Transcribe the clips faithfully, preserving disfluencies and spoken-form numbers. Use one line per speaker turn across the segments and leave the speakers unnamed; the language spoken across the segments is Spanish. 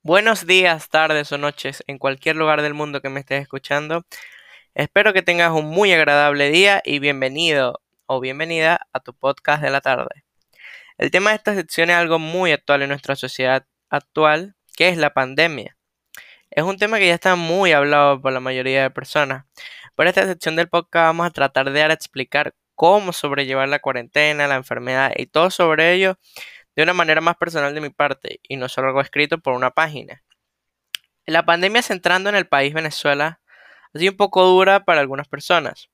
Buenos días, tardes o noches en cualquier lugar del mundo que me estés escuchando. Espero que tengas un muy agradable día y bienvenido o bienvenida a tu podcast de la tarde. El tema de esta sección es algo muy actual en nuestra sociedad actual, que es la pandemia. Es un tema que ya está muy hablado por la mayoría de personas. Por esta sección del podcast vamos a tratar de ahora explicar cómo sobrellevar la cuarentena, la enfermedad y todo sobre ello de una manera más personal de mi parte y no solo algo escrito por una página. La pandemia centrando en el país Venezuela ha sido un poco dura para algunas personas,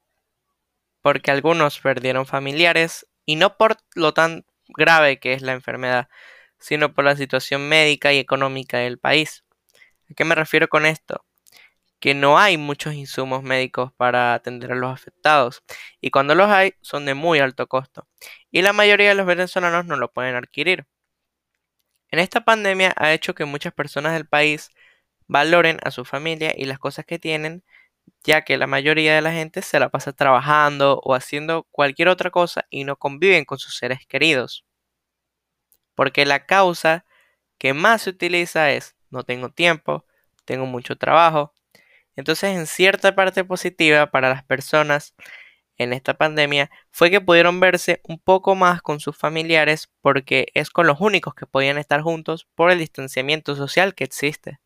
porque algunos perdieron familiares y no por lo tan grave que es la enfermedad, sino por la situación médica y económica del país. ¿A qué me refiero con esto? Que no hay muchos insumos médicos para atender a los afectados y cuando los hay son de muy alto costo y la mayoría de los venezolanos no lo pueden adquirir. En esta pandemia ha hecho que muchas personas del país valoren a su familia y las cosas que tienen, ya que la mayoría de la gente se la pasa trabajando o haciendo cualquier otra cosa y no conviven con sus seres queridos. Porque la causa que más se utiliza es no tengo tiempo, tengo mucho trabajo. Entonces, en cierta parte positiva para las personas en esta pandemia fue que pudieron verse un poco más con sus familiares porque es con los únicos que podían estar juntos por el distanciamiento social que existe.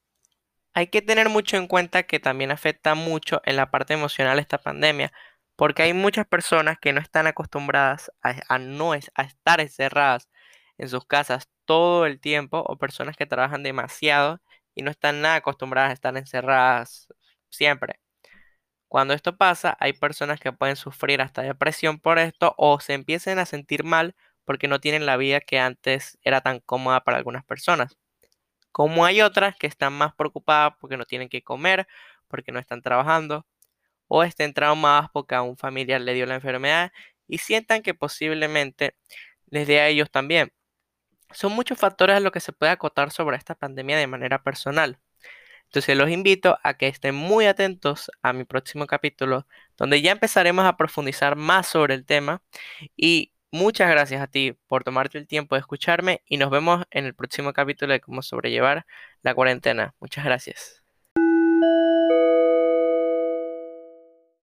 Hay que tener mucho en cuenta que también afecta mucho en la parte emocional esta pandemia, porque hay muchas personas que no están acostumbradas a, a no es- a estar encerradas en sus casas todo el tiempo, o personas que trabajan demasiado y no están nada acostumbradas a estar encerradas siempre. Cuando esto pasa, hay personas que pueden sufrir hasta depresión por esto o se empiecen a sentir mal porque no tienen la vida que antes era tan cómoda para algunas personas. Como hay otras que están más preocupadas porque no tienen que comer, porque no están trabajando, o estén traumadas porque a un familiar le dio la enfermedad y sientan que posiblemente les dé a ellos también. Son muchos factores a los que se puede acotar sobre esta pandemia de manera personal. Entonces los invito a que estén muy atentos a mi próximo capítulo, donde ya empezaremos a profundizar más sobre el tema. Y muchas gracias a ti por tomarte el tiempo de escucharme y nos vemos en el próximo capítulo de cómo sobrellevar la cuarentena. Muchas gracias.